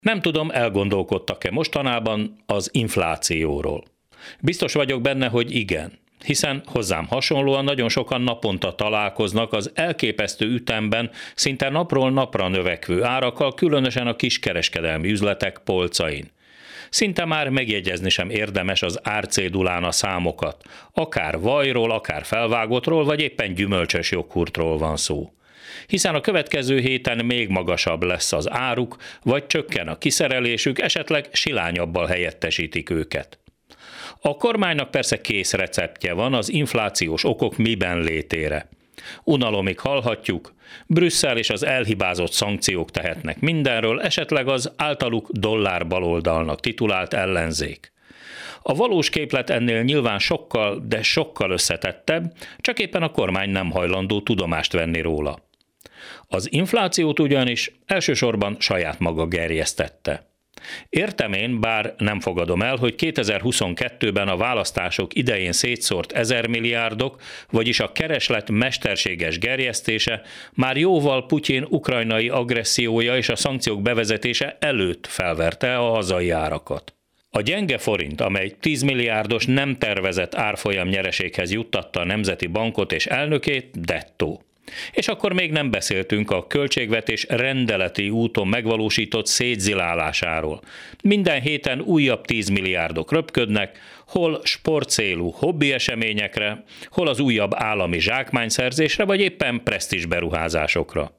Nem tudom, elgondolkodtak-e mostanában az inflációról. Biztos vagyok benne, hogy igen, hiszen hozzám hasonlóan nagyon sokan naponta találkoznak az elképesztő ütemben, szinte napról napra növekvő árakkal, különösen a kiskereskedelmi üzletek polcain. Szinte már megjegyezni sem érdemes az árcédulán a számokat. Akár vajról, akár felvágottról, vagy éppen gyümölcsös joghurtról van szó. Hiszen a következő héten még magasabb lesz az áruk, vagy csökken a kiszerelésük, esetleg silányabbal helyettesítik őket. A kormánynak persze kész receptje van az inflációs okok miben létére. Unalomig hallhatjuk, Brüsszel és az elhibázott szankciók tehetnek mindenről, esetleg az általuk dollárbaloldalnak titulált ellenzék. A valós képlet ennél nyilván sokkal, de sokkal összetettebb, csak éppen a kormány nem hajlandó tudomást venni róla. Az inflációt ugyanis elsősorban saját maga gerjesztette. Értem én, bár nem fogadom el, hogy 2022-ben a választások idején szétszórt 1000 milliárdok, vagyis a kereslet mesterséges gerjesztése már jóval Putyin ukrajnai agressziója és a szankciók bevezetése előtt felverte a hazai árakat. A gyenge forint, amely 10 milliárdos nem tervezett árfolyam nyereséghez juttatta a Nemzeti Bankot és elnökét, dettó. És akkor még nem beszéltünk a költségvetés rendeleti úton megvalósított szétzilálásáról. Minden héten újabb 10 milliárdok röpködnek, hol sportcélú hobbi eseményekre, hol az újabb állami zsákmányszerzésre, vagy éppen presztízs beruházásokra.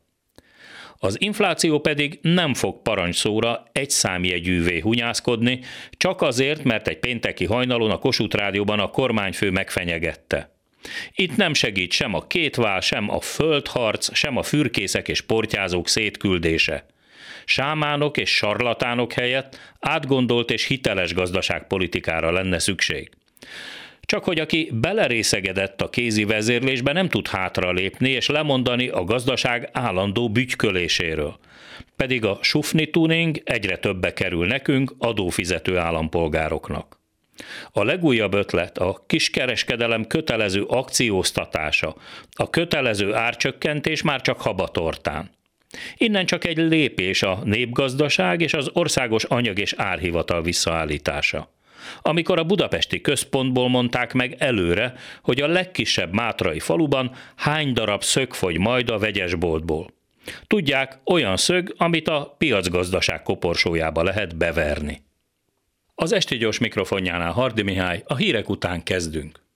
Az infláció pedig nem fog parancsszóra egy számjegyűvé hunyászkodni, csak azért, mert egy pénteki hajnalon a Kossuth Rádióban a kormányfő megfenyegette. Itt nem segít sem a kétvál, sem a földharc, sem a fürkészek és portyázók szétküldése. Sámánok és sarlatánok helyett átgondolt és hiteles gazdaságpolitikára lenne szükség. Csak hogy aki belerészegedett a kézi vezérlésbe, nem tud hátralépni és lemondani a gazdaság állandó bütyköléséről. Pedig a sufni tuning egyre többe kerül nekünk, adófizető állampolgároknak. A legújabb ötlet a kiskereskedelem kötelező akcióztatása, a kötelező árcsökkentés már csak habatortán. Innen csak egy lépés a népgazdaság és az országos anyag- és árhivatal visszaállítása. Amikor a budapesti központból mondták meg előre, hogy a legkisebb mátrai faluban hány darab szög fogy majd a vegyesboltból. Tudják, olyan szög, amit a piacgazdaság koporsójába lehet beverni. Az Esti Gyors mikrofonjánál Hardy Mihály, a hírek után kezdünk.